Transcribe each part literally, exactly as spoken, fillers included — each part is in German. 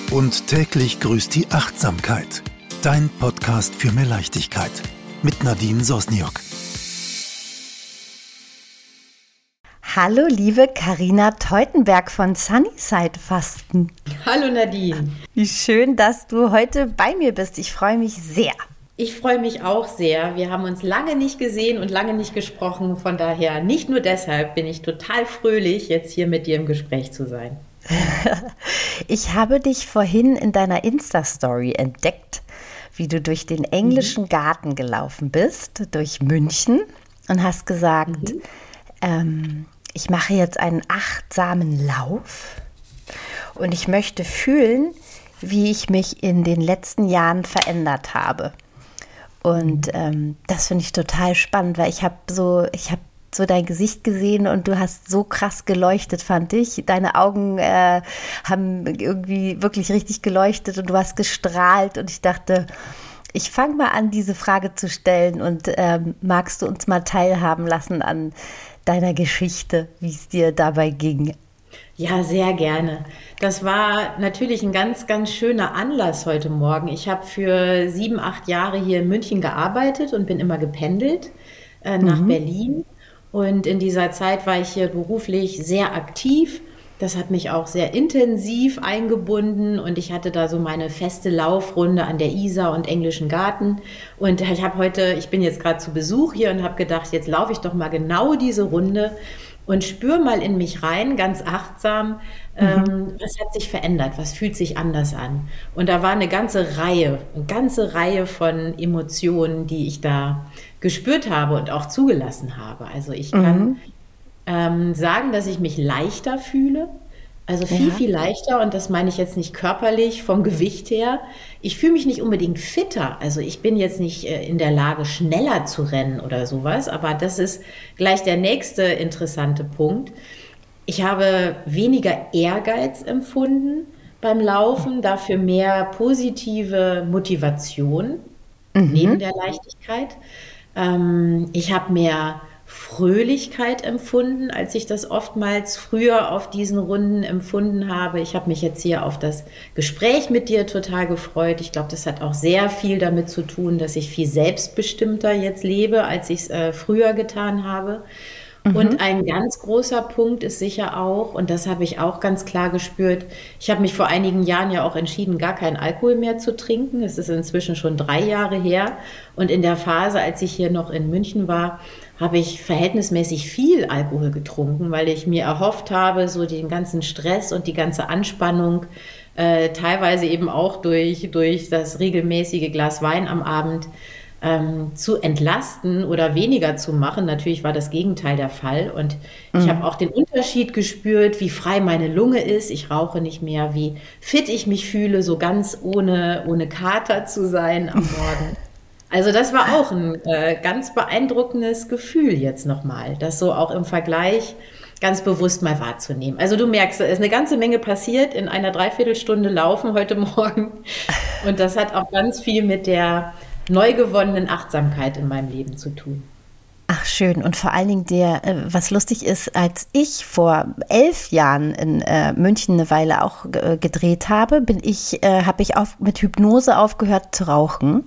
Und täglich grüßt die Achtsamkeit. Dein Podcast für mehr Leichtigkeit. Mit Nadine Sosniok. Hallo liebe Carina Teutenberg von Sunnyside Fasten. Hallo Nadine. Wie schön, dass du heute bei mir bist. Ich freue mich sehr. Ich freue mich auch sehr. Wir haben uns lange nicht gesehen und lange nicht gesprochen. Von daher, nicht nur deshalb bin ich total fröhlich, jetzt hier mit dir im Gespräch zu sein. Ich habe dich vorhin in deiner Insta-Story entdeckt, wie du durch den englischen mhm. Garten gelaufen bist, durch München, und hast gesagt, mhm. ähm, ich mache jetzt einen achtsamen Lauf und ich möchte fühlen, wie ich mich in den letzten Jahren verändert habe. Und ähm, das finde ich total spannend, weil ich habe so, ich habe so dein Gesicht gesehen und du hast so krass geleuchtet, fand ich. Deine Augen äh, haben irgendwie wirklich richtig geleuchtet und du hast gestrahlt und ich dachte, ich fange mal an, diese Frage zu stellen und ähm, magst du uns mal teilhaben lassen an deiner Geschichte, wie es dir dabei ging? Ja, sehr gerne. Das war natürlich ein ganz, ganz schöner Anlass heute Morgen. Ich habe für sieben, acht Jahre hier in München gearbeitet und bin immer gependelt äh, nach mhm. Berlin. Und in dieser Zeit war ich hier beruflich sehr aktiv. Das hat mich auch sehr intensiv eingebunden und ich hatte da so meine feste Laufrunde an der Isar und Englischen Garten. Und ich habe heute, ich bin jetzt gerade zu Besuch hier und habe gedacht, jetzt laufe ich doch mal genau diese Runde und spür mal in mich rein, ganz achtsam, mhm. ähm, was hat sich verändert, was fühlt sich anders an. Und da war eine ganze Reihe, eine ganze Reihe von Emotionen, die ich da gespürt habe und auch zugelassen habe. Also ich kann mhm. ähm, sagen, dass ich mich leichter fühle, also viel, ja. viel leichter, und das meine ich jetzt nicht körperlich, vom Gewicht her. Ich fühle mich nicht unbedingt fitter, also ich bin jetzt nicht äh, in der Lage, schneller zu rennen oder sowas, aber das ist gleich der nächste interessante Punkt. Ich habe weniger Ehrgeiz empfunden beim Laufen, dafür mehr positive Motivation mhm. neben der Leichtigkeit. Ähm, ich habe mehr Fröhlichkeit empfunden, als ich das oftmals früher auf diesen Runden empfunden habe. Ich habe mich jetzt hier auf das Gespräch mit dir total gefreut. Ich glaube, das hat auch sehr viel damit zu tun, dass ich viel selbstbestimmter jetzt lebe, als ich es äh, früher getan habe. Mhm. Und ein ganz großer Punkt ist sicher auch, und das habe ich auch ganz klar gespürt, ich habe mich vor einigen Jahren ja auch entschieden, gar keinen Alkohol mehr zu trinken. Es ist inzwischen schon drei Jahre her. Und in der Phase, als ich hier noch in München war, habe ich verhältnismäßig viel Alkohol getrunken, weil ich mir erhofft habe, so den ganzen Stress und die ganze Anspannung, äh, teilweise eben auch durch, durch das regelmäßige Glas Wein am Abend, ähm, zu entlasten oder weniger zu machen. Natürlich war das Gegenteil der Fall. Und mhm. ich habe auch den Unterschied gespürt, wie frei meine Lunge ist. Ich rauche nicht mehr, wie fit ich mich fühle, so ganz ohne, ohne Kater zu sein am Morgen. Also das war auch ein äh, ganz beeindruckendes Gefühl jetzt nochmal, das so auch im Vergleich ganz bewusst mal wahrzunehmen. Also du merkst, da ist eine ganze Menge passiert in einer Dreiviertelstunde Laufen heute Morgen. Und das hat auch ganz viel mit der neu gewonnenen Achtsamkeit in meinem Leben zu tun. Ach schön, und vor allen Dingen der, was lustig ist, als ich vor elf Jahren in äh, München eine Weile auch äh, gedreht habe, bin ich, äh, habe ich auf, mit Hypnose aufgehört zu rauchen.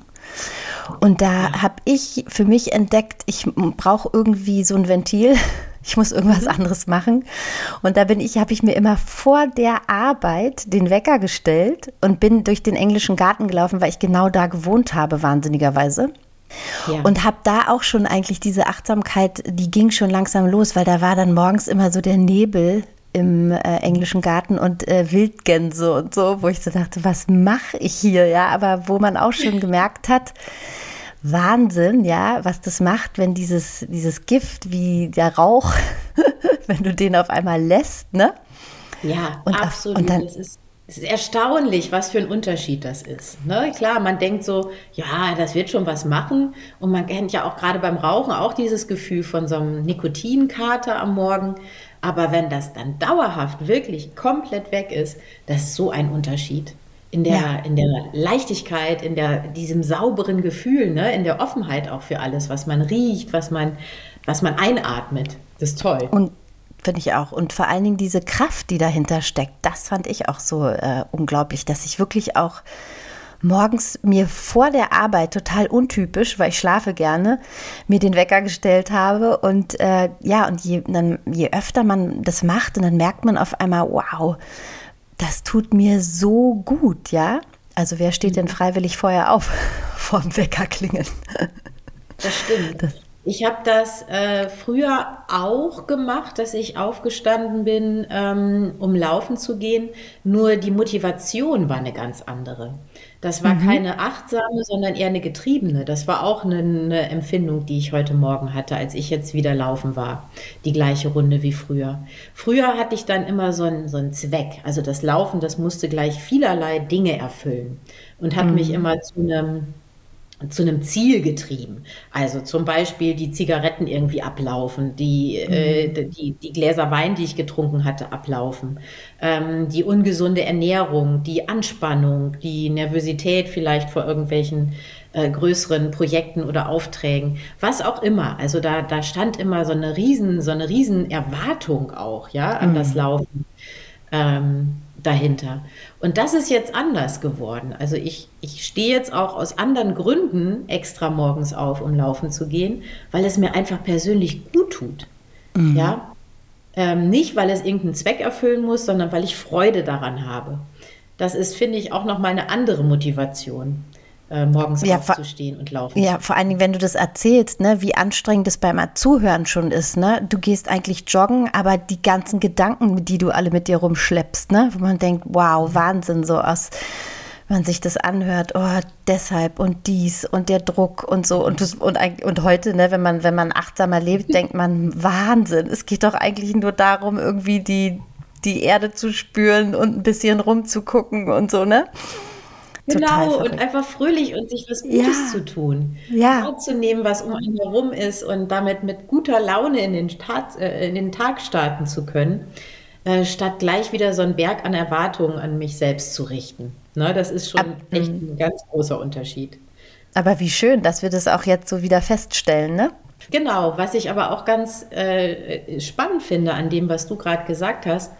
Und da habe ich für mich entdeckt, ich brauche irgendwie so ein Ventil. Ich muss irgendwas anderes machen. Und da bin ich, habe ich mir immer vor der Arbeit den Wecker gestellt und bin durch den Englischen Garten gelaufen, weil ich genau da gewohnt habe, wahnsinnigerweise. Ja. Und habe da auch schon eigentlich diese Achtsamkeit, die ging schon langsam los, weil da war dann morgens immer so der Nebel im äh, Englischen Garten und äh, Wildgänse und so, wo ich so dachte, was mache ich hier, ja, aber wo man auch schon gemerkt hat, Wahnsinn, ja, was das macht, wenn dieses, dieses Gift wie der Rauch, wenn du den auf einmal lässt, ne? Ja, und absolut. Auf, und dann, es ist, es ist erstaunlich, was für ein Unterschied das ist. Ne? Klar, man denkt so, ja, das wird schon was machen. Und man kennt ja auch gerade beim Rauchen auch dieses Gefühl von so einem Nikotinkater am Morgen. Aber wenn das dann dauerhaft wirklich komplett weg ist, das ist so ein Unterschied. In der, ja. in der Leichtigkeit, in der, diesem sauberen Gefühl, ne? In der Offenheit auch für alles, was man riecht, was man, was man einatmet. Das ist toll. Und finde ich auch. Und vor allen Dingen diese Kraft, die dahinter steckt, das fand ich auch so äh, unglaublich, dass ich wirklich auch morgens mir vor der Arbeit, total untypisch, weil ich schlafe gerne, mir den Wecker gestellt habe. Und äh, ja, und je, dann, je öfter man das macht, und dann merkt man auf einmal, wow, das tut mir so gut, ja. Also wer steht denn freiwillig vorher auf, vorm Wecker klingeln? Das stimmt. Das Ich habe das äh, früher auch gemacht, dass ich aufgestanden bin, ähm, um laufen zu gehen. Nur die Motivation war eine ganz andere. Das war Mhm. keine achtsame, sondern eher eine getriebene. Das war auch eine, eine Empfindung, die ich heute Morgen hatte, als ich jetzt wieder laufen war. Die gleiche Runde wie früher. Früher hatte ich dann immer so einen, so einen Zweck. Also das Laufen, das musste gleich vielerlei Dinge erfüllen und hat mich immer zu einem zu einem Ziel getrieben. Also zum Beispiel die Zigaretten irgendwie ablaufen, die, äh, die, die Gläser Wein, die ich getrunken hatte, ablaufen, ähm, die ungesunde Ernährung, die Anspannung, die Nervosität vielleicht vor irgendwelchen äh, größeren Projekten oder Aufträgen, was auch immer. Also da, da stand immer so eine riesen, so eine riesen Erwartung auch, ja, an das Laufen. Ähm, dahinter. Und das ist jetzt anders geworden. Also ich, ich stehe jetzt auch aus anderen Gründen extra morgens auf, um laufen zu gehen, weil es mir einfach persönlich gut tut. Mhm. Ja? Ähm, nicht, weil es irgendeinen Zweck erfüllen muss, sondern weil ich Freude daran habe. Das ist, finde ich, auch nochmal eine andere Motivation, äh, morgens Ja, aufzustehen und laufen Ja, zu vor allen Dingen, wenn du das erzählst, ne, wie anstrengend das beim Zuhören schon ist, ne? Du gehst eigentlich joggen, aber die ganzen Gedanken, die du alle mit dir rumschleppst, ne, wo man denkt, wow, Wahnsinn, so aus, man sich das anhört, oh, deshalb und dies und der Druck und so und das, und und heute, ne, wenn man wenn man achtsamer lebt, denkt man, Wahnsinn, es geht doch eigentlich nur darum, irgendwie die die Erde zu spüren und ein bisschen rumzugucken und so, ne? Genau, und einfach fröhlich und sich was Gutes ja. zu tun. Ja. Wahrzunehmen, was um einen herum ist und damit mit guter Laune in den, Start, äh, in den Tag starten zu können, äh, statt gleich wieder so einen Berg an Erwartungen an mich selbst zu richten. Ne, das ist schon Ab, echt ein ganz großer Unterschied. Aber wie schön, dass wir das auch jetzt so wieder feststellen, ne? Genau, was ich aber auch ganz äh, spannend finde an dem, was du gerade gesagt hast,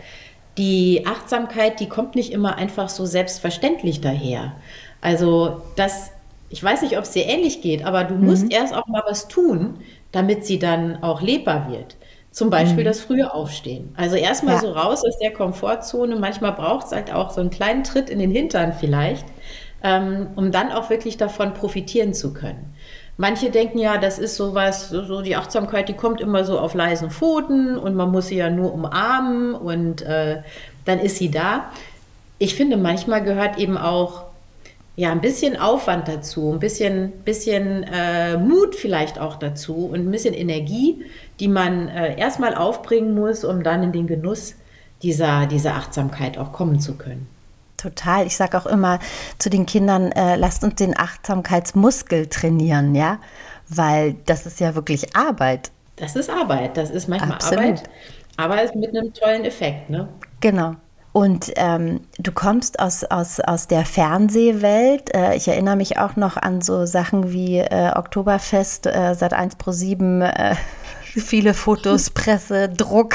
die Achtsamkeit, die kommt nicht immer einfach so selbstverständlich daher. Also das, ich weiß nicht, ob es dir ähnlich geht, aber du musst mhm. erst auch mal was tun, damit sie dann auch lebbar wird. Zum Beispiel mhm. das frühe Aufstehen. Also erstmal ja. so raus aus der Komfortzone. Manchmal braucht es halt auch so einen kleinen Tritt in den Hintern vielleicht, ähm, um dann auch wirklich davon profitieren zu können. Manche denken ja, das ist sowas, so die Achtsamkeit, die kommt immer so auf leisen Pfoten und man muss sie ja nur umarmen und äh, dann ist sie da. Ich finde, manchmal gehört eben auch ja, ein bisschen Aufwand dazu, ein bisschen, bisschen äh, Mut vielleicht auch dazu und ein bisschen Energie, die man äh, erstmal aufbringen muss, um dann in den Genuss dieser, dieser Achtsamkeit auch kommen zu können. Total. Ich sage auch immer zu den Kindern, äh, lasst uns den Achtsamkeitsmuskel trainieren, ja, weil das ist ja wirklich Arbeit. Das ist Arbeit, das ist manchmal Absolut. Arbeit, aber mit einem tollen Effekt, ne? Genau. Und ähm, du kommst aus, aus, aus der Fernsehwelt. Äh, ich erinnere mich auch noch an so Sachen wie äh, Oktoberfest, äh, Sat eins Pro sieben, äh, viele Fotos, Presse, Druck.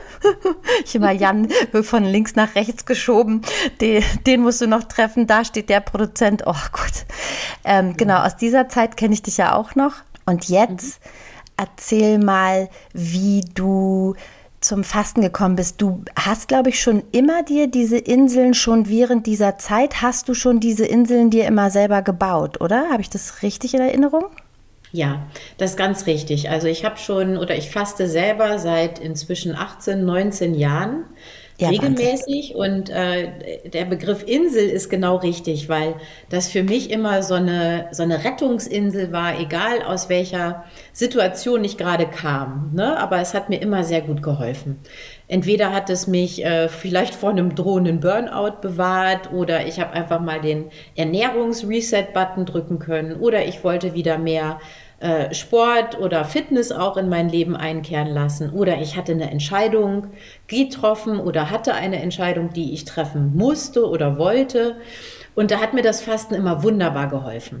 Ich immer Jan von links nach rechts geschoben. Den, den musst du noch treffen. Da steht der Produzent. Oh Gott. Ähm, genau, aus dieser Zeit kenne ich dich ja auch noch. Und jetzt erzähl mal, wie du zum Fasten gekommen bist. Du hast, glaube ich, schon immer dir diese Inseln, schon während dieser Zeit, hast du schon diese Inseln dir immer selber gebaut, oder? Habe ich das richtig in Erinnerung? Ja, das ist ganz richtig. Also ich habe schon oder ich faste selber seit inzwischen achtzehn, neunzehn Jahren ja, regelmäßig Wahnsinn. Und äh, der Begriff Insel ist genau richtig, weil das für mich immer so eine, so eine Rettungsinsel war, egal aus welcher Situation ich gerade kam, ne? Aber es hat mir immer sehr gut geholfen. Entweder hat es mich äh, vielleicht vor einem drohenden Burnout bewahrt oder ich habe einfach mal den Ernährungs-Reset-Button drücken können oder ich wollte wieder mehr äh, Sport oder Fitness auch in mein Leben einkehren lassen oder ich hatte eine Entscheidung getroffen oder hatte eine Entscheidung, die ich treffen musste oder wollte und da hat mir das Fasten immer wunderbar geholfen.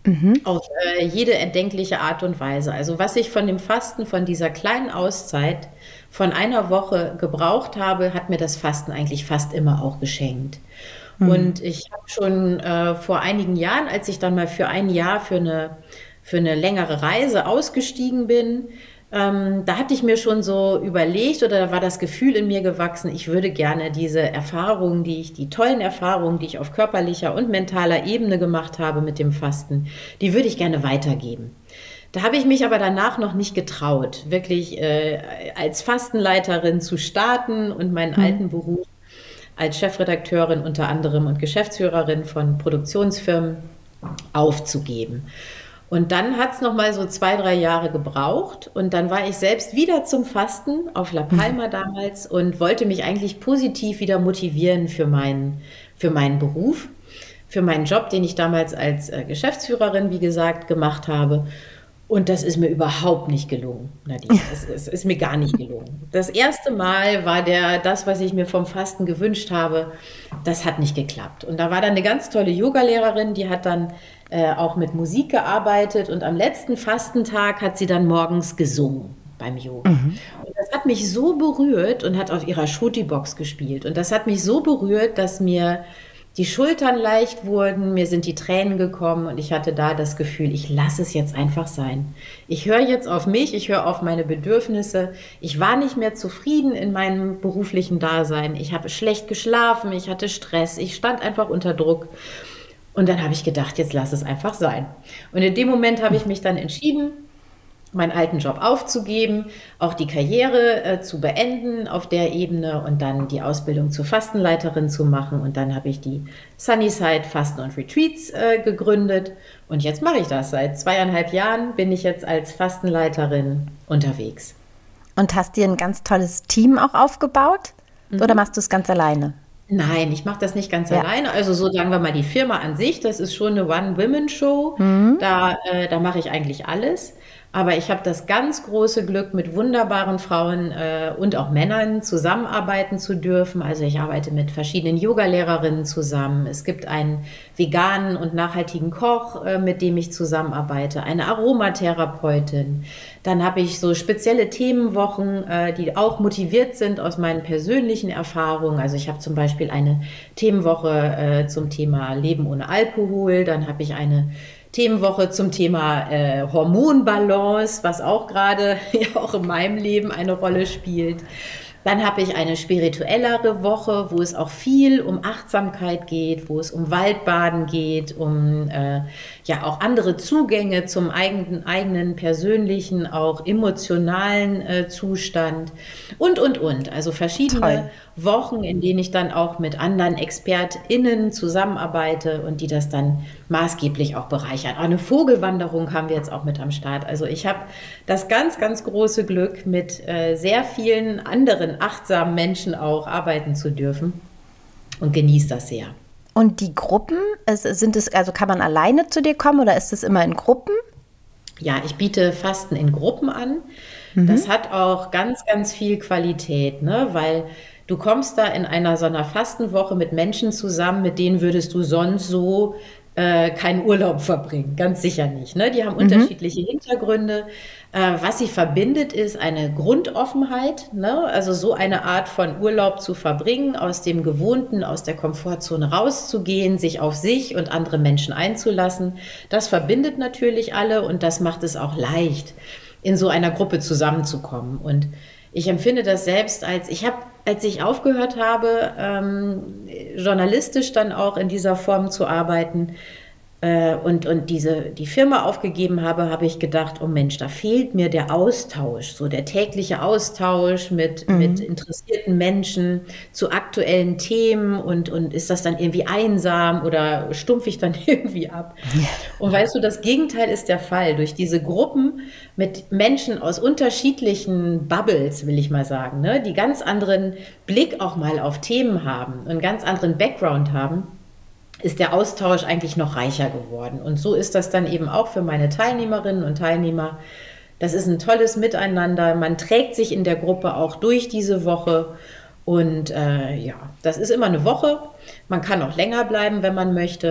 Mhm. Auf äh, jede erdenkliche Art und Weise. Also was ich von dem Fasten, von dieser kleinen Auszeit von einer Woche gebraucht habe, hat mir das Fasten eigentlich fast immer auch geschenkt. Mhm. Und ich habe schon äh, vor einigen Jahren, als ich dann mal für ein Jahr für eine, für eine längere Reise ausgestiegen bin, ähm, da hatte ich mir schon so überlegt oder da war das Gefühl in mir gewachsen, ich würde gerne diese Erfahrungen, die ich, die tollen Erfahrungen, die ich auf körperlicher und mentaler Ebene gemacht habe mit dem Fasten, die würde ich gerne weitergeben. Da habe ich mich aber danach noch nicht getraut, wirklich äh, als Fastenleiterin zu starten und meinen mhm. alten Beruf als Chefredakteurin unter anderem und Geschäftsführerin von Produktionsfirmen aufzugeben. Und dann hat es noch mal so zwei, drei Jahre gebraucht und dann war ich selbst wieder zum Fasten auf La Palma damals und wollte mich eigentlich positiv wieder motivieren für meinen, für meinen Beruf, für meinen Job, den ich damals als äh, Geschäftsführerin, wie gesagt, gemacht habe. Und das ist mir überhaupt nicht gelungen, Nadine. Es ist, ist mir gar nicht gelungen. Das erste Mal war der, das, was ich mir vom Fasten gewünscht habe, das hat nicht geklappt. Und da war dann eine ganz tolle Yogalehrerin, die hat dann äh, auch mit Musik gearbeitet. Und am letzten Fastentag hat sie dann morgens gesungen beim Yoga. Mhm. Und das hat mich so berührt und hat auf ihrer Shruti-Box gespielt. Und das hat mich so berührt, dass mir die Schultern leicht wurden, mir sind die Tränen gekommen und ich hatte da das Gefühl, ich lasse es jetzt einfach sein. Ich höre jetzt auf mich, ich höre auf meine Bedürfnisse. Ich war nicht mehr zufrieden in meinem beruflichen Dasein. Ich habe schlecht geschlafen, ich hatte Stress, ich stand einfach unter Druck. Und dann habe ich gedacht, jetzt lass es einfach sein. Und in dem Moment habe ich mich dann entschieden, meinen alten Job aufzugeben, auch die Karriere äh, zu beenden auf der Ebene und dann die Ausbildung zur Fastenleiterin zu machen. Und dann habe ich die Sunnyside Fasten und Retreats äh, gegründet. Und jetzt mache ich das. Seit zweieinhalb Jahren bin ich jetzt als Fastenleiterin unterwegs. Und hast dir ein ganz tolles Team auch aufgebaut? Mhm. Oder machst du es ganz alleine? Nein, ich mache das nicht ganz ja. alleine. Also so sagen wir mal die Firma an sich, das ist schon eine One-Women-Show. Mhm. Da, äh, da mache ich eigentlich alles. Aber ich habe das ganz große Glück, mit wunderbaren Frauen äh, und auch Männern zusammenarbeiten zu dürfen. Also ich arbeite mit verschiedenen Yogalehrerinnen zusammen. Es gibt einen veganen und nachhaltigen Koch, äh, mit dem ich zusammenarbeite, eine Aromatherapeutin. Dann habe ich so spezielle Themenwochen, äh, die auch motiviert sind aus meinen persönlichen Erfahrungen. Also ich habe zum Beispiel eine Themenwoche äh, zum Thema Leben ohne Alkohol. Dann habe ich eine Themenwoche zum Thema äh, Hormonbalance, was auch gerade ja auch in meinem Leben eine Rolle spielt. Dann habe ich eine spirituellere Woche, wo es auch viel um Achtsamkeit geht, wo es um Waldbaden geht, um äh, ja auch andere Zugänge zum eigenen, eigenen persönlichen, auch emotionalen äh, Zustand und, und, und. Also verschiedene Toll. Wochen, in denen ich dann auch mit anderen ExpertInnen zusammenarbeite und die das dann maßgeblich auch bereichern. Auch eine Vogelwanderung haben wir jetzt auch mit am Start. Also ich habe das ganz, ganz große Glück, mit äh, sehr vielen anderen achtsamen Menschen auch arbeiten zu dürfen und genieße das sehr. Und die Gruppen, sind es, also kann man alleine zu dir kommen oder ist es immer in Gruppen? Ja, ich biete Fasten in Gruppen an. Mhm. Das hat auch ganz, ganz viel Qualität, ne? Weil du kommst da in einer so einer Fastenwoche mit Menschen zusammen, mit denen würdest du sonst so äh, keinen Urlaub verbringen. Ganz sicher nicht, ne? Die haben mhm. unterschiedliche Hintergründe. Äh, was sie verbindet, ist eine Grundoffenheit, ne? Also so eine Art von Urlaub zu verbringen, aus dem Gewohnten, aus der Komfortzone rauszugehen, sich auf sich und andere Menschen einzulassen. Das verbindet natürlich alle und das macht es auch leicht, in so einer Gruppe zusammenzukommen. Und ich empfinde das selbst als, ich habe, als ich aufgehört habe, ähm, journalistisch dann auch in dieser Form zu arbeiten äh, und, und diese, die Firma aufgegeben habe, habe ich gedacht, oh Mensch, da fehlt mir der Austausch, so der tägliche Austausch mit, mhm. mit interessierten Menschen zu aktuellen Themen und, und ist das dann irgendwie einsam oder stumpfe ich dann irgendwie ab? Ja. Und weißt du, das Gegenteil ist der Fall. Durch diese Gruppen mit Menschen aus unterschiedlichen Bubbles, will ich mal sagen, ne, die ganz anderen Blick auch mal auf Themen haben und einen ganz anderen Background haben, ist der Austausch eigentlich noch reicher geworden. Und so ist das dann eben auch für meine Teilnehmerinnen und Teilnehmer. Das ist ein tolles Miteinander. Man trägt sich in der Gruppe auch durch diese Woche. Und äh, ja, das ist immer eine Woche. Man kann auch länger bleiben, wenn man möchte.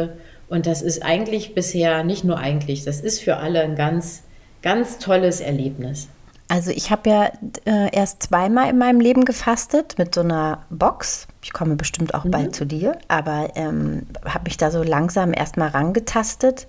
Und das ist eigentlich bisher, nicht nur eigentlich, das ist für alle ein ganz, ganz tolles Erlebnis. Also ich habe ja äh, erst zweimal in meinem Leben gefastet mit so einer Box. Ich komme bestimmt auch mhm. bald zu dir, aber ähm, habe mich da so langsam erstmal rangetastet.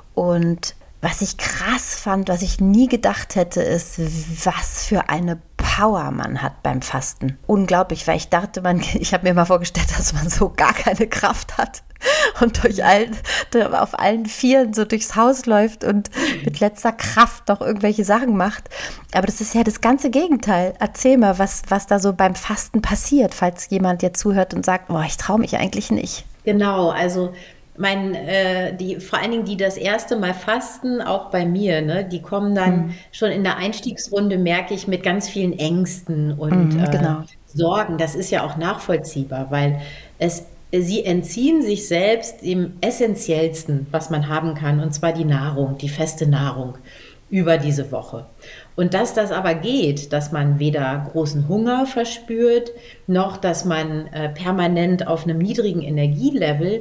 Und was ich krass fand, was ich nie gedacht hätte, ist, was für eine Power man hat beim Fasten. Unglaublich, weil ich dachte, man, ich habe mir mal vorgestellt, dass man so gar keine Kraft hat und durch allen, auf allen Vieren so durchs Haus läuft und mit letzter Kraft noch irgendwelche Sachen macht. Aber das ist ja das ganze Gegenteil. Erzähl mal, was, was da so beim Fasten passiert, falls jemand jetzt zuhört und sagt, boah, ich traue mich eigentlich nicht. Genau, also Mein, äh, die, vor allen Dingen, die das erste Mal fasten, auch bei mir, ne, die kommen dann mhm. schon in der Einstiegsrunde, merke ich, mit ganz vielen Ängsten und mhm, genau. äh, Sorgen. Das ist ja auch nachvollziehbar, weil es, sie entziehen sich selbst dem Essentiellsten, was man haben kann, und zwar die Nahrung, die feste Nahrung über diese Woche. Und dass das aber geht, dass man weder großen Hunger verspürt, noch dass man äh, permanent auf einem niedrigen Energielevel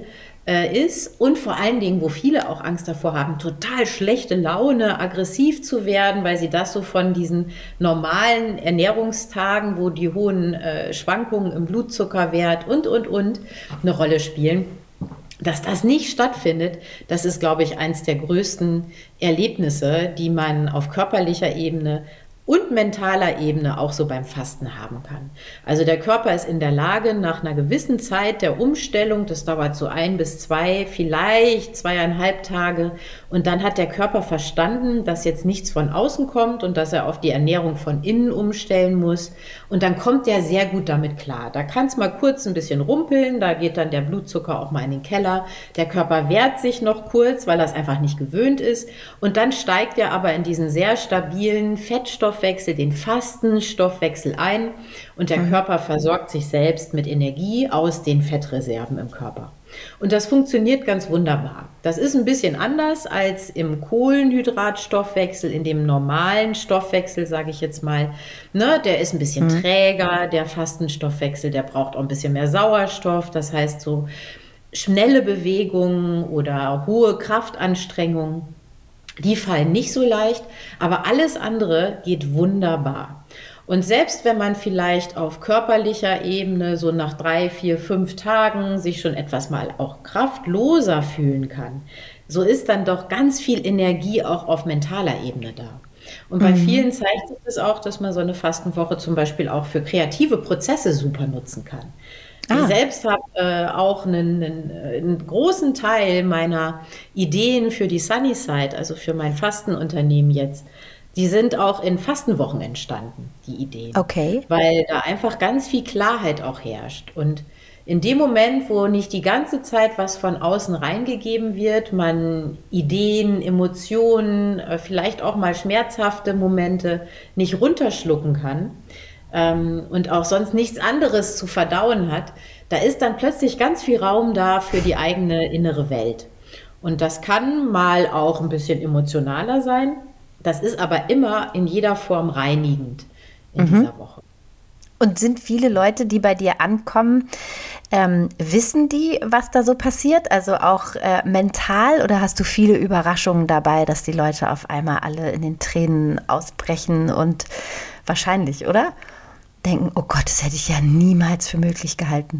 ist und vor allen Dingen, wo viele auch Angst davor haben, total schlechte Laune, aggressiv zu werden, weil sie das so von diesen normalen Ernährungstagen, wo die hohen äh, Schwankungen im Blutzuckerwert und, und, und eine Rolle spielen. Dass das nicht stattfindet, das ist, glaube ich, eins der größten Erlebnisse, die man auf körperlicher Ebene und mentaler Ebene auch so beim Fasten haben kann. Also der Körper ist in der Lage, nach einer gewissen Zeit der Umstellung, das dauert so ein bis zwei, vielleicht zweieinhalb Tage, und dann hat der Körper verstanden, dass jetzt nichts von außen kommt und dass er auf die Ernährung von innen umstellen muss, und dann kommt der sehr gut damit klar. Da kann es mal kurz ein bisschen rumpeln, da geht dann der Blutzucker auch mal in den Keller, der Körper wehrt sich noch kurz, weil er es einfach nicht gewöhnt ist, und dann steigt er aber in diesen sehr stabilen Fettstoff Stoffwechsel, den Fastenstoffwechsel ein, und der mhm. Körper versorgt sich selbst mit Energie aus den Fettreserven im Körper. Und das funktioniert ganz wunderbar. Das ist ein bisschen anders als im Kohlenhydratstoffwechsel, in dem normalen Stoffwechsel, sage ich jetzt mal. Ne, der ist ein bisschen mhm. träger, der Fastenstoffwechsel, der braucht auch ein bisschen mehr Sauerstoff. Das heißt, so schnelle Bewegungen oder hohe Kraftanstrengungen, die fallen nicht so leicht, aber alles andere geht wunderbar. Und selbst wenn man vielleicht auf körperlicher Ebene so nach drei, vier, fünf Tagen sich schon etwas mal auch kraftloser fühlen kann, so ist dann doch ganz viel Energie auch auf mentaler Ebene da. Und bei mhm. vielen zeigt sich das auch, dass man so eine Fastenwoche zum Beispiel auch für kreative Prozesse super nutzen kann. Ich ah. selbst habe äh, auch einen, einen, einen großen Teil meiner Ideen für die Sunnyside, also für mein Fastenunternehmen jetzt, die sind auch in Fastenwochen entstanden, die Ideen. Okay. Weil da einfach ganz viel Klarheit auch herrscht. Und in dem Moment, wo nicht die ganze Zeit was von außen reingegeben wird, man Ideen, Emotionen, vielleicht auch mal schmerzhafte Momente nicht runterschlucken kann, und auch sonst nichts anderes zu verdauen hat, da ist dann plötzlich ganz viel Raum da für die eigene innere Welt. Und das kann mal auch ein bisschen emotionaler sein, das ist aber immer in jeder Form reinigend in mhm. dieser Woche. Und sind viele Leute, die bei dir ankommen, ähm, wissen die, was da so passiert? Also auch äh, mental, oder hast du viele Überraschungen dabei, dass die Leute auf einmal alle in den Tränen ausbrechen und wahrscheinlich, oder? Denken, oh Gott, das hätte ich ja niemals für möglich gehalten.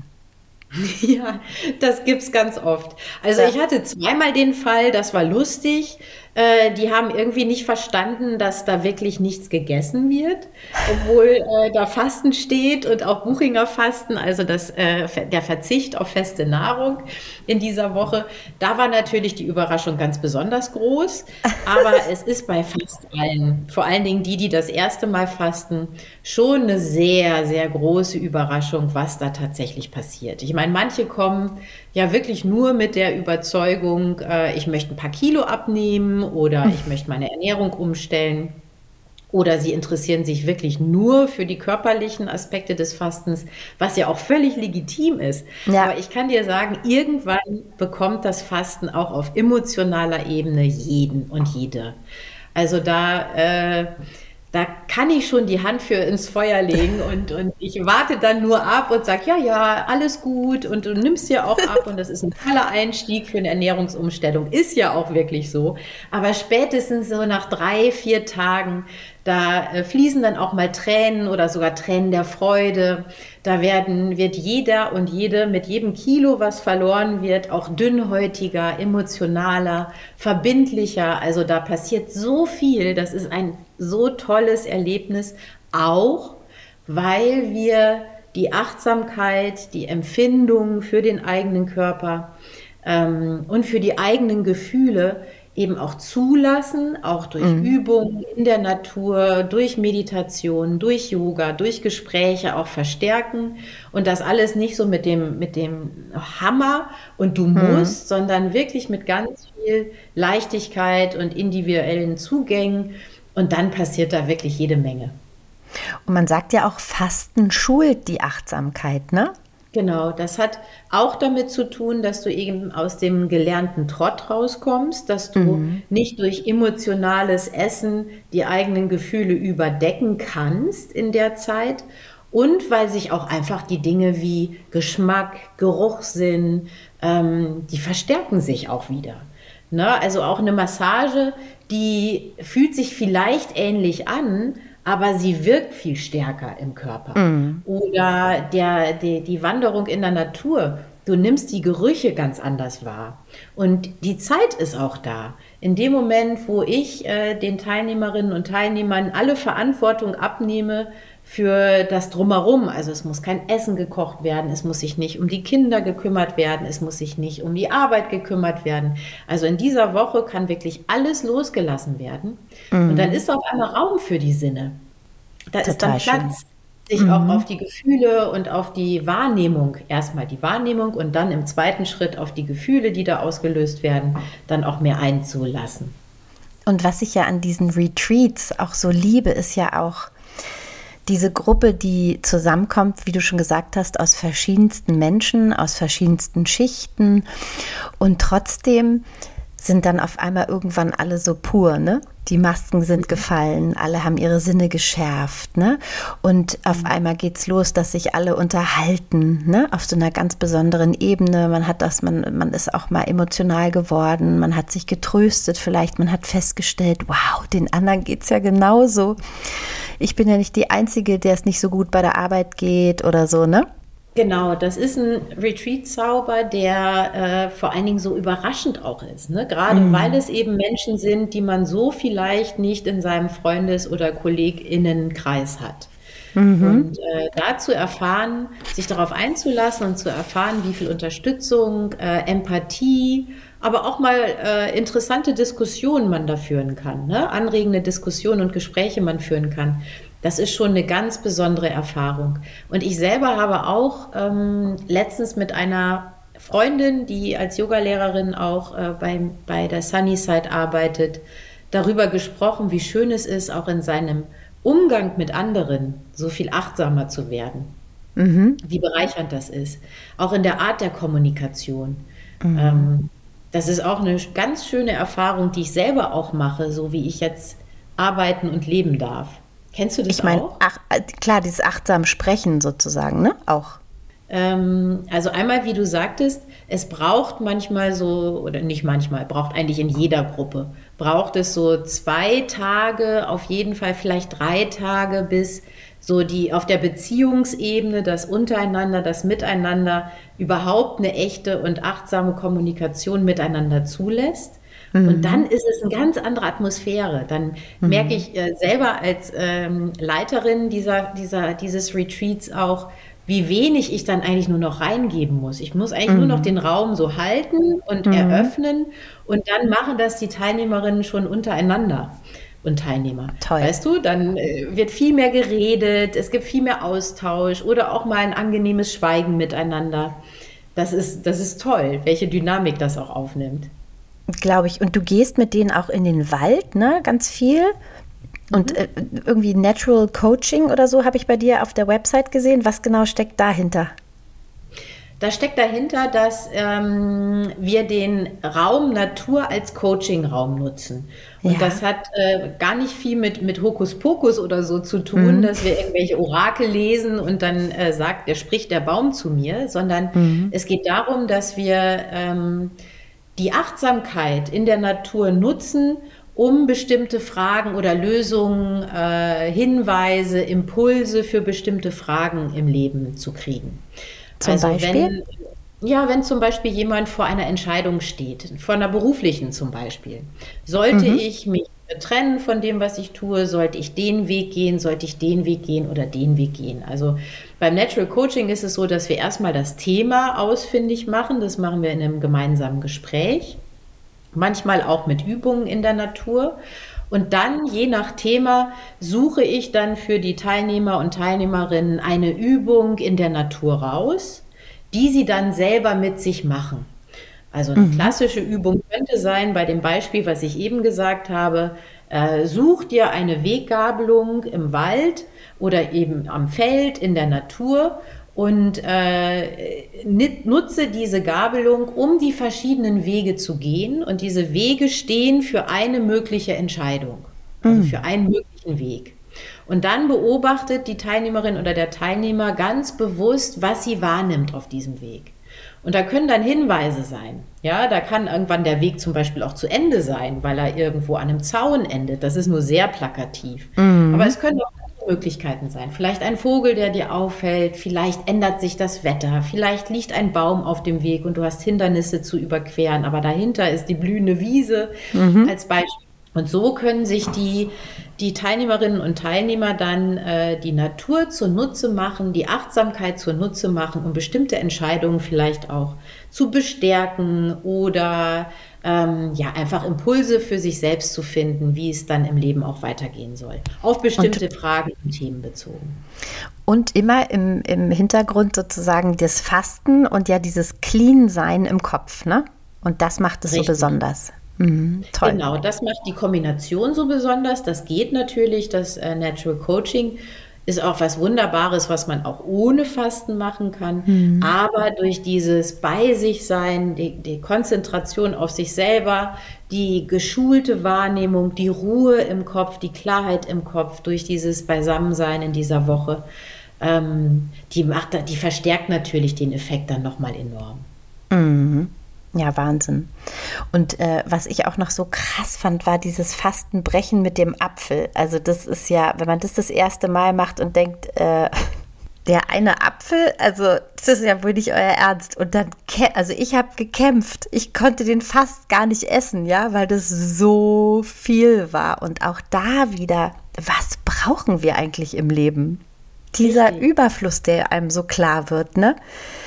Ja, das gibt's ganz oft. Also ja. ich hatte zweimal den Fall, das war lustig. Äh, die haben irgendwie nicht verstanden, dass da wirklich nichts gegessen wird, obwohl äh, da Fasten steht und auch Buchinger Fasten, also das, äh, der Verzicht auf feste Nahrung in dieser Woche. Da war natürlich die Überraschung ganz besonders groß, aber es ist bei fast allen, vor allen Dingen die, die das erste Mal fasten, schon eine sehr, sehr große Überraschung, was da tatsächlich passiert. Ich meine, manche kommen ja wirklich nur mit der Überzeugung, äh, ich möchte ein paar Kilo abnehmen oder ich möchte meine Ernährung umstellen, oder sie interessieren sich wirklich nur für die körperlichen Aspekte des Fastens, was ja auch völlig legitim ist. Ja. Aber ich kann dir sagen, irgendwann bekommt das Fasten auch auf emotionaler Ebene jeden und jede. Also da äh, da kann ich schon die Hand für ins Feuer legen und, und ich warte dann nur ab und sage, ja, ja, alles gut und du nimmst ja auch ab und das ist ein toller Einstieg für eine Ernährungsumstellung. Ist ja auch wirklich so. Aber spätestens so nach drei, vier Tagen, da äh, fließen dann auch mal Tränen oder sogar Tränen der Freude. Da werden, wird jeder und jede mit jedem Kilo, was verloren wird, auch dünnhäutiger, emotionaler, verbindlicher. Also da passiert so viel. Das ist ein so tolles Erlebnis, auch weil wir die Achtsamkeit, die Empfindung für den eigenen Körper ähm, und für die eigenen Gefühle eben auch zulassen, auch durch mhm. Übungen in der Natur, durch Meditation, durch Yoga, durch Gespräche auch verstärken und das alles nicht so mit dem, mit dem Hammer und du musst, mhm. sondern wirklich mit ganz viel Leichtigkeit und individuellen Zugängen und dann passiert da wirklich jede Menge. Und man sagt ja auch, Fasten schult die Achtsamkeit, ne? Genau, das hat auch damit zu tun, dass du eben aus dem gelernten Trott rauskommst, dass du mhm. nicht durch emotionales Essen die eigenen Gefühle überdecken kannst in der Zeit und weil sich auch einfach die Dinge wie Geschmack, Geruchssinn, ähm, die verstärken sich auch wieder. Ne? Also auch eine Massage, die fühlt sich vielleicht ähnlich an, aber sie wirkt viel stärker im Körper. Mm. Oder der, die, die Wanderung in der Natur, du nimmst die Gerüche ganz anders wahr. Und die Zeit ist auch da. In dem Moment, wo ich äh, den Teilnehmerinnen und Teilnehmern alle Verantwortung abnehme für das Drumherum, also es muss kein Essen gekocht werden, es muss sich nicht um die Kinder gekümmert werden, es muss sich nicht um die Arbeit gekümmert werden. Also in dieser Woche kann wirklich alles losgelassen werden. Mhm. Und dann ist auf einmal Raum für die Sinne. Da Total ist dann Platz, schön. sich mhm. auch auf die Gefühle und auf die Wahrnehmung, erstmal die Wahrnehmung und dann im zweiten Schritt auf die Gefühle, die da ausgelöst werden, dann auch mehr einzulassen. Und was ich ja an diesen Retreats auch so liebe, ist ja auch diese Gruppe, die zusammenkommt, wie du schon gesagt hast, aus verschiedensten Menschen, aus verschiedensten Schichten und trotzdem sind dann auf einmal irgendwann alle so pur, ne? Die Masken sind gefallen, alle haben ihre Sinne geschärft, ne? Und auf mhm. einmal geht's los, dass sich alle unterhalten, ne? Auf so einer ganz besonderen Ebene. Man hat das, man, man ist auch mal emotional geworden, man hat sich getröstet vielleicht, man hat festgestellt, wow, den anderen geht's ja genauso. Ich bin ja nicht die Einzige, der es nicht so gut bei der Arbeit geht oder so, ne? Genau, das ist ein Retreat-Zauber, der äh, vor allen Dingen so überraschend auch ist, ne? Gerade mhm. weil es eben Menschen sind, die man so vielleicht nicht in seinem Freundes- oder KollegInnenkreis hat. Mhm. Und äh, da zu erfahren, sich darauf einzulassen und zu erfahren, wie viel Unterstützung, äh, Empathie, aber auch mal äh, interessante Diskussionen man da führen kann, ne? Anregende Diskussionen und Gespräche man führen kann. Das ist schon eine ganz besondere Erfahrung. Und ich selber habe auch ähm, letztens mit einer Freundin, die als Yogalehrerin auch äh, bei, bei der Sunnyside arbeitet, darüber gesprochen, wie schön es ist, auch in seinem Umgang mit anderen so viel achtsamer zu werden. Mhm. Wie bereichernd das ist. Auch in der Art der Kommunikation. Mhm. Ähm, das ist auch eine ganz schöne Erfahrung, die ich selber auch mache, so wie ich jetzt arbeiten und leben darf. Kennst du das ich mein, auch? Ach, klar, dieses achtsam Sprechen sozusagen, ne? Auch. Ähm, also einmal, wie du sagtest, es braucht manchmal so, oder nicht manchmal, braucht eigentlich in jeder Gruppe, braucht es so zwei Tage, auf jeden Fall vielleicht drei Tage, bis so die auf der Beziehungsebene, das Untereinander, das Miteinander überhaupt eine echte und achtsame Kommunikation miteinander zulässt. Und dann ist es eine ganz andere Atmosphäre. Dann mhm. merke ich äh, selber als ähm, Leiterin dieser, dieser, dieses Retreats auch, wie wenig ich dann eigentlich nur noch reingeben muss. Ich muss eigentlich mhm. nur noch den Raum so halten und mhm. eröffnen und dann machen das die Teilnehmerinnen schon untereinander und Teilnehmer. Toll. Weißt du, dann äh, wird viel mehr geredet, es gibt viel mehr Austausch oder auch mal ein angenehmes Schweigen miteinander. Das ist, das ist toll, welche Dynamik das auch aufnimmt. Glaube ich. Und du gehst mit denen auch in den Wald, ne? Ganz viel. Und mhm. äh, irgendwie Natural Coaching oder so habe ich bei dir auf der Website gesehen. Was genau steckt dahinter? Da steckt dahinter, dass ähm, wir den Raum Natur als Coaching-Raum nutzen. Und ja. das hat äh, gar nicht viel mit, mit Hokuspokus oder so zu tun, mhm. dass wir irgendwelche Orakel lesen und dann äh, sagt, der spricht der Baum zu mir, sondern mhm. es geht darum, dass wir ähm, die Achtsamkeit in der Natur nutzen, um bestimmte Fragen oder Lösungen, äh, Hinweise, Impulse für bestimmte Fragen im Leben zu kriegen. Zum also Beispiel? Wenn, ja, wenn zum Beispiel jemand vor einer Entscheidung steht, vor einer beruflichen zum Beispiel. Sollte mhm. ich mich trennen von dem, was ich tue? Sollte ich den Weg gehen? Sollte ich den Weg gehen oder den Weg gehen? Also beim Natural Coaching ist es so, dass wir erstmal das Thema ausfindig machen. Das machen wir in einem gemeinsamen Gespräch. Manchmal auch mit Übungen in der Natur. Und dann, je nach Thema, suche ich dann für die Teilnehmer und Teilnehmerinnen eine Übung in der Natur raus, die sie dann selber mit sich machen. Also eine mhm. klassische Übung könnte sein, bei dem Beispiel, was ich eben gesagt habe, äh, such dir eine Weggabelung im Wald oder eben am Feld in der Natur und äh, nutze diese Gabelung, um die verschiedenen Wege zu gehen. Und diese Wege stehen für eine mögliche Entscheidung, also für einen möglichen Weg. Und dann beobachtet die Teilnehmerin oder der Teilnehmer ganz bewusst, was sie wahrnimmt auf diesem Weg. Und da können dann Hinweise sein. Ja, da kann irgendwann der Weg zum Beispiel auch zu Ende sein, weil er irgendwo an einem Zaun endet. Das ist nur sehr plakativ. Mhm. Aber es können auch Möglichkeiten sein. Vielleicht ein Vogel, der dir auffällt, vielleicht ändert sich das Wetter, vielleicht liegt ein Baum auf dem Weg und du hast Hindernisse zu überqueren, aber dahinter ist die blühende Wiese mhm. als Beispiel. Und so können sich die, die Teilnehmerinnen und Teilnehmer dann äh, die Natur zunutze machen, die Achtsamkeit zunutze machen, um bestimmte Entscheidungen vielleicht auch zu bestärken oder ähm, ja, einfach Impulse für sich selbst zu finden, wie es dann im Leben auch weitergehen soll. Auf bestimmte und, Fragen und Themen bezogen. Und immer im, im Hintergrund sozusagen das Fasten und ja dieses Clean-Sein im Kopf, ne? Und das macht es Richtig. So besonders. Mhm, toll. Genau, das macht die Kombination so besonders. Das geht natürlich, das äh, Natural Coaching ist auch was Wunderbares, was man auch ohne Fasten machen kann. Mhm. Aber durch dieses Bei sich sein, die, die Konzentration auf sich selber, die geschulte Wahrnehmung, die Ruhe im Kopf, die Klarheit im Kopf, durch dieses Beisammensein in dieser Woche, ähm, die macht, die verstärkt natürlich den Effekt dann nochmal enorm. Mhm. Ja, Wahnsinn. Und äh, was ich auch noch so krass fand, war dieses Fastenbrechen mit dem Apfel. Also das ist ja, wenn man das das erste Mal macht und denkt, äh, der eine Apfel, also das ist ja wohl nicht euer Ernst. Und dann, also ich habe gekämpft. Ich konnte den fast gar nicht essen, ja, weil das so viel war. Und auch da wieder, was brauchen wir eigentlich im Leben? Dieser Richtig. Überfluss, der einem so klar wird, ne?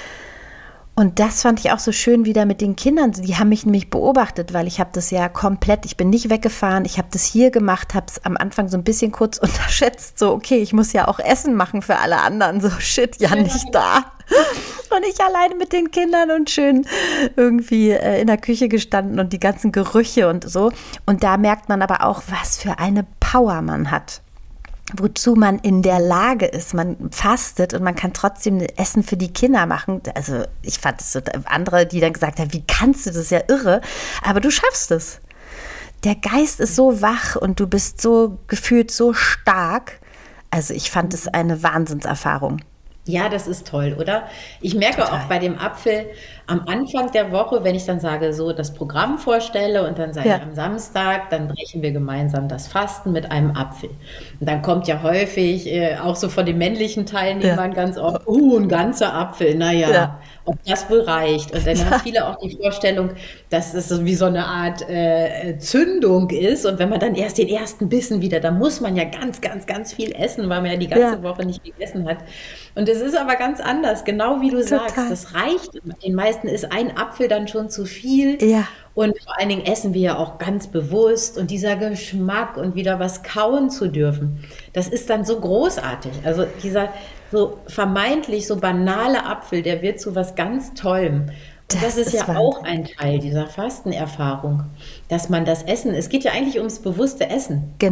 Und das fand ich auch so schön wieder mit den Kindern. Die haben mich nämlich beobachtet, weil ich habe das ja komplett, ich bin nicht weggefahren, ich habe das hier gemacht, habe es am Anfang so ein bisschen kurz unterschätzt, so okay, ich muss ja auch Essen machen für alle anderen, so shit, ja nicht da. Und ich alleine mit den Kindern und schön irgendwie äh, in der Küche gestanden und die ganzen Gerüche und so. Und da merkt man aber auch, was für eine Power man hat. Wozu man in der Lage ist. Man fastet und man kann trotzdem Essen für die Kinder machen. Also ich fand es so, andere, die dann gesagt haben, wie kannst du, das ist ja irre, aber du schaffst es. Der Geist ist so wach und du bist so gefühlt so stark. Also ich fand es eine Wahnsinnserfahrung. Ja, das ist toll, oder? Ich merke Total. Auch bei dem Apfel am Anfang der Woche, wenn ich dann sage, so das Programm vorstelle und dann sage ja. ich am Samstag, dann brechen wir gemeinsam das Fasten mit einem Apfel. Und dann kommt ja häufig, äh, auch so von den männlichen Teilnehmern ja. ganz oft, uh, ein ganzer Apfel, naja, ja. ob das wohl reicht. Und dann ja. haben viele auch die Vorstellung, dass es so wie so eine Art äh, Zündung ist. Und wenn man dann erst den ersten Bissen wieder, da muss man ja ganz, ganz, ganz viel essen, weil man ja die ganze ja. Woche nicht gegessen hat. Und es ist aber ganz anders, genau wie du Total. Sagst. Das reicht. Den meisten ist ein Apfel dann schon zu viel. Ja. Und vor allen Dingen essen wir ja auch ganz bewusst. Und dieser Geschmack und wieder was kauen zu dürfen, das ist dann so großartig. Also dieser so vermeintlich so banale Apfel, der wird zu was ganz Tollem. Und das, das ist, ist ja Wahnsinn. Auch ein Teil dieser Fastenerfahrung, dass man das Essen, es geht ja eigentlich ums bewusste Essen. Genau.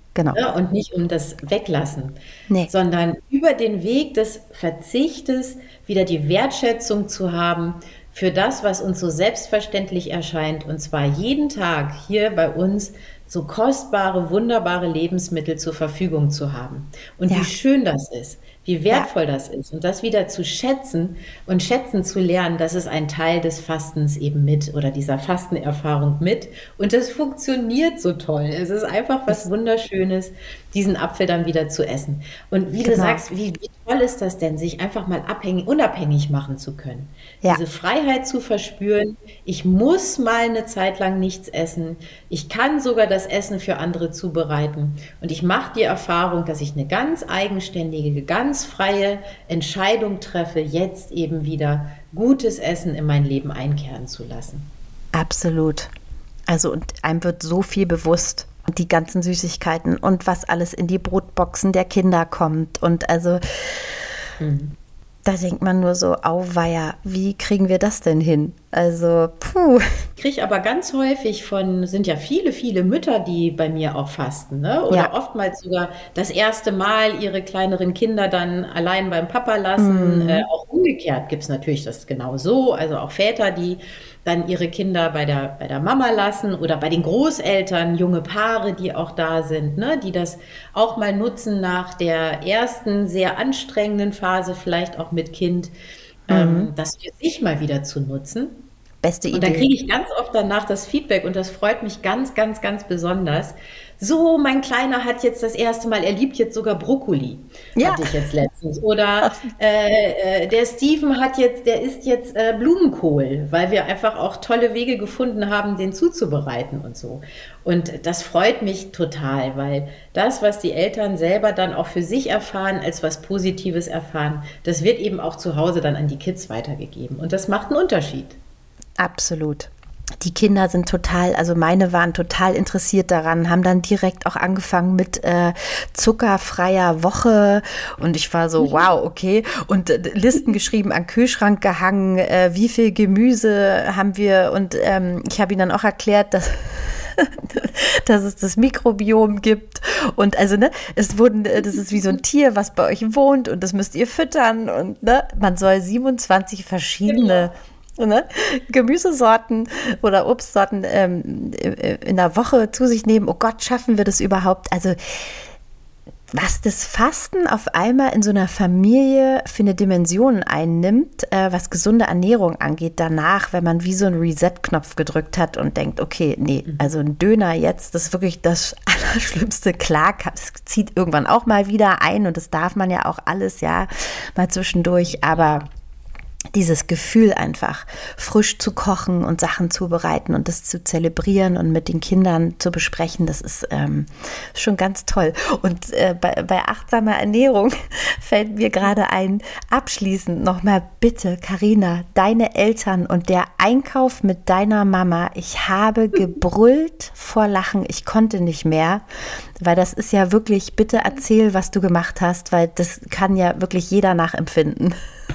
genau. Ja, und nicht um das Weglassen, Nee. sondern über den Weg des Verzichtes wieder die Wertschätzung zu haben für das, was uns so selbstverständlich erscheint, und zwar jeden Tag hier bei uns so kostbare, wunderbare Lebensmittel zur Verfügung zu haben. Und Ja. wie schön das ist, wie wertvoll das ist. Und das wieder zu schätzen und schätzen zu lernen, das ist ein Teil des Fastens eben mit oder dieser Fastenerfahrung mit. Und das funktioniert so toll. Es ist einfach was Wunderschönes, diesen Apfel dann wieder zu essen. Und wie du Genau. sagst, wie, wie toll ist das denn, sich einfach mal abhängig, unabhängig machen zu können. Ja. Diese Freiheit zu verspüren, ich muss mal eine Zeit lang nichts essen. Ich kann sogar das Essen für andere zubereiten. Und ich mache die Erfahrung, dass ich eine ganz eigenständige, ganz freie Entscheidung treffe, jetzt eben wieder gutes Essen in mein Leben einkehren zu lassen. Absolut. Also und einem wird so viel bewusst. Und die ganzen Süßigkeiten und was alles in die Brotboxen der Kinder kommt. Und also Mhm. da denkt man nur so, auweia, wie kriegen wir das denn hin? Also, puh. Ich kriege aber ganz häufig von, sind ja viele, viele Mütter, die bei mir auch fasten, ne? Oder Ja. oftmals sogar das erste Mal ihre kleineren Kinder dann allein beim Papa lassen. Äh, auch umgekehrt gibt es natürlich das genau so, also auch Väter, die dann ihre Kinder bei der, bei der Mama lassen oder bei den Großeltern, junge Paare, die auch da sind, ne? Die das auch mal nutzen nach der ersten sehr anstrengenden Phase, vielleicht auch mit Kind, ähm, das für sich mal wieder zu nutzen. Beste Und dann Idee. kriege ich ganz oft danach das Feedback und das freut mich ganz, ganz, ganz besonders. So, mein Kleiner hat jetzt das erste Mal, er liebt jetzt sogar Brokkoli, Ja. hatte ich jetzt letztens. Oder äh, äh, der Steven hat jetzt, der isst jetzt äh, Blumenkohl, weil wir einfach auch tolle Wege gefunden haben, den zuzubereiten und so. Und das freut mich total, weil das, was die Eltern selber dann auch für sich erfahren, als was Positives erfahren, das wird eben auch zu Hause dann an die Kids weitergegeben. Und das macht einen Unterschied. Absolut. Die Kinder sind total, also meine waren total interessiert daran, haben dann direkt auch angefangen mit äh, zuckerfreier Woche und ich war so, wow, okay, und äh, Listen geschrieben, an den Kühlschrank gehangen, äh, wie viel Gemüse haben wir, und ähm, ich habe ihnen dann auch erklärt, dass dass es das Mikrobiom gibt und also ne, es wurden, das ist wie so ein Tier, was bei euch wohnt und das müsst ihr füttern und ne, man soll siebenundzwanzig verschiedene Ne? Gemüsesorten oder Obstsorten ähm, in der Woche zu sich nehmen. Oh Gott, schaffen wir das überhaupt? Also was das Fasten auf einmal in so einer Familie für eine Dimension einnimmt, äh, was gesunde Ernährung angeht, danach, wenn man wie so einen Reset-Knopf gedrückt hat und denkt, okay, nee, also ein Döner jetzt, das ist wirklich das Allerschlimmste. Klar, das zieht irgendwann auch mal wieder ein und das darf man ja auch alles, ja, mal zwischendurch, aber dieses Gefühl einfach, frisch zu kochen und Sachen zubereiten und das zu zelebrieren und mit den Kindern zu besprechen, das ist ähm, schon ganz toll. Und äh, bei, bei achtsamer Ernährung fällt mir gerade ein, abschließend nochmal bitte, Carina, deine Eltern und der Einkauf mit deiner Mama, ich habe gebrüllt vor Lachen, ich konnte nicht mehr, weil das ist ja wirklich, bitte erzähl, was du gemacht hast, weil das kann ja wirklich jeder nachempfinden.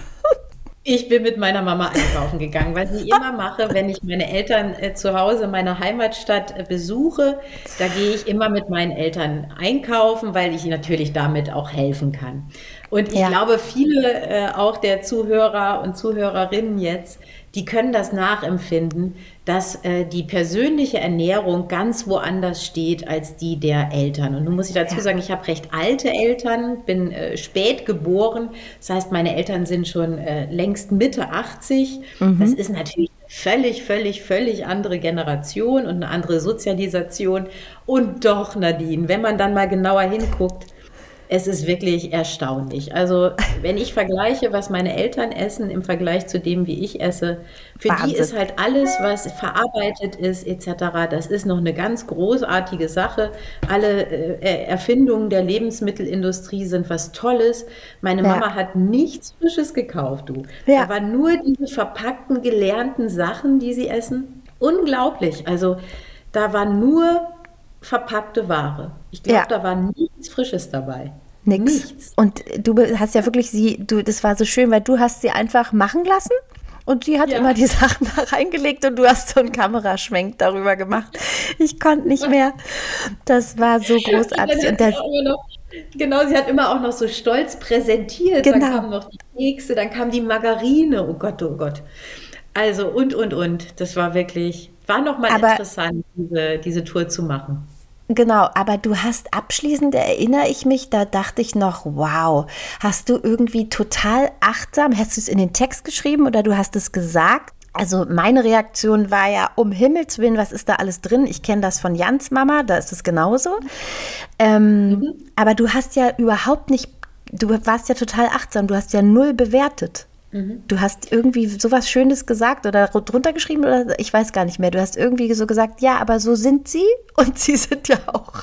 Ich bin mit meiner Mama einkaufen gegangen, weil ich immer mache, wenn ich meine Eltern äh, zu Hause in meiner Heimatstadt äh, besuche, da gehe ich immer mit meinen Eltern einkaufen, weil ich ihnen natürlich damit auch helfen kann. Und ich Ja. glaube, viele äh, auch der Zuhörer und Zuhörerinnen jetzt, die können das nachempfinden, dass äh, die persönliche Ernährung ganz woanders steht als die der Eltern. Und nun muss ich dazu Ja. sagen, ich habe recht alte Eltern, bin äh, spät geboren. Das heißt, meine Eltern sind schon äh, längst Mitte achtzig. Das ist natürlich eine völlig, völlig, völlig andere Generation und eine andere Sozialisation. Und doch, Nadine, wenn man dann mal genauer hinguckt, es ist wirklich erstaunlich. Also, wenn ich vergleiche, was meine Eltern essen im Vergleich zu dem, wie ich esse, für die Wahnsinn. ist halt alles, was verarbeitet ist, et cetera, das ist noch eine ganz großartige Sache. Alle äh, Erfindungen der Lebensmittelindustrie sind was Tolles. Meine Ja. Mama hat nichts Frisches gekauft, du. Ja. Da waren nur diese verpackten, gelernten Sachen, die sie essen. Unglaublich. Also, da war nur verpackte Ware. Ich glaube, Ja. da war nichts Frisches dabei. Nix. Nichts. Und du hast ja wirklich sie, du, das war so schön, weil du hast sie einfach machen lassen Und sie hat ja. immer die Sachen da reingelegt und du hast so einen Kameraschwenk darüber gemacht. Ich konnte nicht mehr. Das war so großartig. Und das, noch, genau, sie hat immer auch noch so stolz präsentiert. Genau. Dann kamen noch die Kekse, dann kam die Margarine. Oh Gott, oh Gott. Also und, und, und. Das war wirklich, war nochmal interessant, diese, diese Tour zu machen. Genau, aber du hast abschließend, erinnere ich mich, da dachte ich noch, wow, hast du irgendwie total achtsam, hast du es in den Text geschrieben oder du hast es gesagt? Also meine Reaktion war ja, um Himmels Willen, was ist da alles drin? Ich kenne das von Jans Mama, da ist es genauso. Ähm, mhm. Aber du hast ja überhaupt nicht, du warst ja total achtsam, du hast ja null bewertet. Du hast irgendwie sowas Schönes gesagt oder drunter geschrieben oder ich weiß gar nicht mehr. Du hast irgendwie so gesagt, ja, aber so sind sie und sie sind ja auch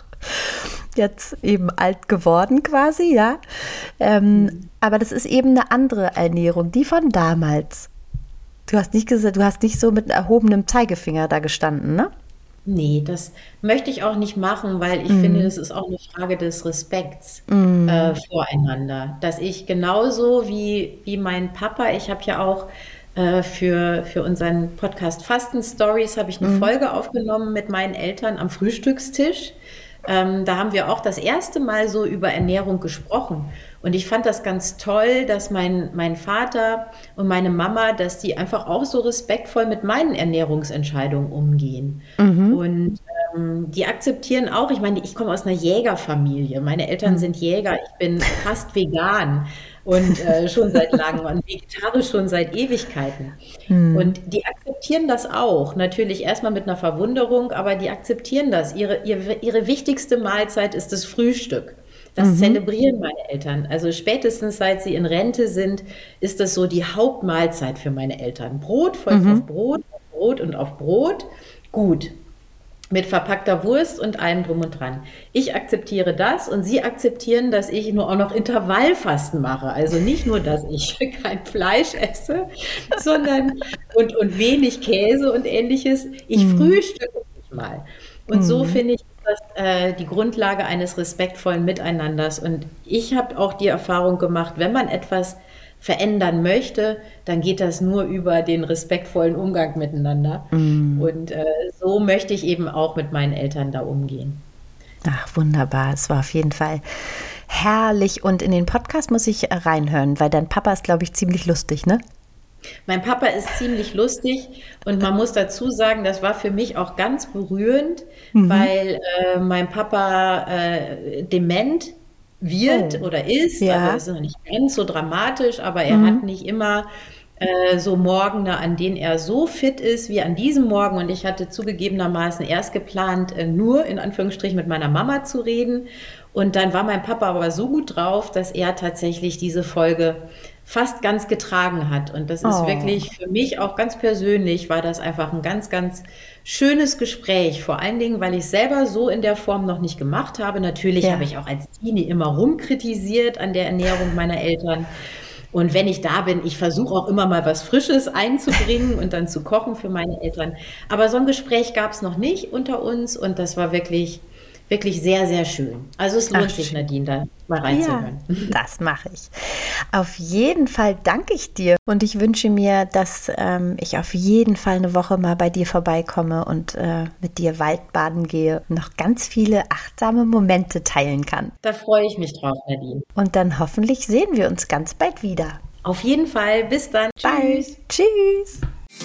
jetzt eben alt geworden quasi, ja. Ähm, mhm. Aber das ist eben eine andere Ernährung, die von damals. Du hast nicht gesagt, du hast nicht so mit erhobenem Zeigefinger da gestanden, ne? Nee, das möchte ich auch nicht machen, weil ich mm. finde, das ist auch eine Frage des Respekts mm. äh, voreinander. Dass ich genauso wie, wie mein Papa, ich habe ja auch äh, für, für unseren Podcast Fasten Stories habe ich eine mm. Folge aufgenommen mit meinen Eltern am Frühstückstisch. Ähm, da haben wir auch das erste Mal so über Ernährung gesprochen. Und ich fand das ganz toll, dass mein, mein Vater und meine Mama, dass die einfach auch so respektvoll mit meinen Ernährungsentscheidungen umgehen. Mhm. Und ähm, die akzeptieren auch, ich meine, ich komme aus einer Jägerfamilie. Meine Eltern mhm. sind Jäger, ich bin fast vegan und äh, schon seit langem und vegetarisch schon seit Ewigkeiten. Mhm. Und die akzeptieren das auch. Natürlich erstmal mit einer Verwunderung, aber die akzeptieren das. Ihre, ihre, ihre wichtigste Mahlzeit ist das Frühstück. Das mhm. zelebrieren meine Eltern. Also spätestens seit sie in Rente sind, ist das so die Hauptmahlzeit für meine Eltern. Brot folgt mhm. auf Brot, auf Brot und auf Brot. Gut. Mit verpackter Wurst und allem drum und dran. Ich akzeptiere das und sie akzeptieren, dass ich nur auch noch Intervallfasten mache. Also nicht nur, dass ich kein Fleisch esse, sondern und, und wenig Käse und ähnliches. Ich mhm. frühstücke nicht mal. Und mhm. so finde ich, das äh, die Grundlage eines respektvollen Miteinanders. Und ich habe auch die Erfahrung gemacht, wenn man etwas verändern möchte, dann geht das nur über den respektvollen Umgang miteinander. Mm. Und äh, so möchte ich eben auch mit meinen Eltern da umgehen. Ach, wunderbar. Es war auf jeden Fall herrlich. Und in den Podcast muss ich reinhören, weil dein Papa ist, glaube ich, ziemlich lustig, ne? Mein Papa ist ziemlich lustig und man muss dazu sagen, das war für mich auch ganz berührend, mhm. weil äh, mein Papa äh, dement wird oh. oder ist. Ja. Also es ist noch nicht ganz so dramatisch, aber er mhm. hat nicht immer äh, so Morgene, an denen er so fit ist wie an diesem Morgen. Und ich hatte zugegebenermaßen erst geplant, äh, nur in Anführungsstrichen mit meiner Mama zu reden. Und dann war mein Papa aber so gut drauf, dass er tatsächlich diese Folge fast ganz getragen hat. Und das ist oh. wirklich für mich auch ganz persönlich, war das einfach ein ganz, ganz schönes Gespräch. Vor allen Dingen, weil ich selber so in der Form noch nicht gemacht habe. Natürlich ja. habe ich auch als Teenie immer rumkritisiert an der Ernährung meiner Eltern. Und wenn ich da bin, ich versuche auch immer mal was Frisches einzubringen und dann zu kochen für meine Eltern. Aber so ein Gespräch gab es noch nicht unter uns und das war wirklich Wirklich sehr, sehr schön. Also es lohnt Ach, sich, Nadine, da mal reinzuhören. Ja, das mache ich. Auf jeden Fall danke ich dir und ich wünsche mir, dass ähm, ich auf jeden Fall eine Woche mal bei dir vorbeikomme und äh, mit dir Waldbaden gehe und noch ganz viele achtsame Momente teilen kann. Da freue ich mich drauf, Nadine. Und dann hoffentlich sehen wir uns ganz bald wieder. Auf jeden Fall. Bis dann. Tschüss. Bye. Tschüss.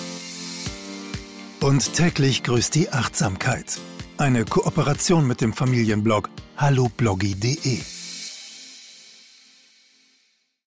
Und täglich grüßt die Achtsamkeit. Eine Kooperation mit dem Familienblog hallo bloggy punkt de.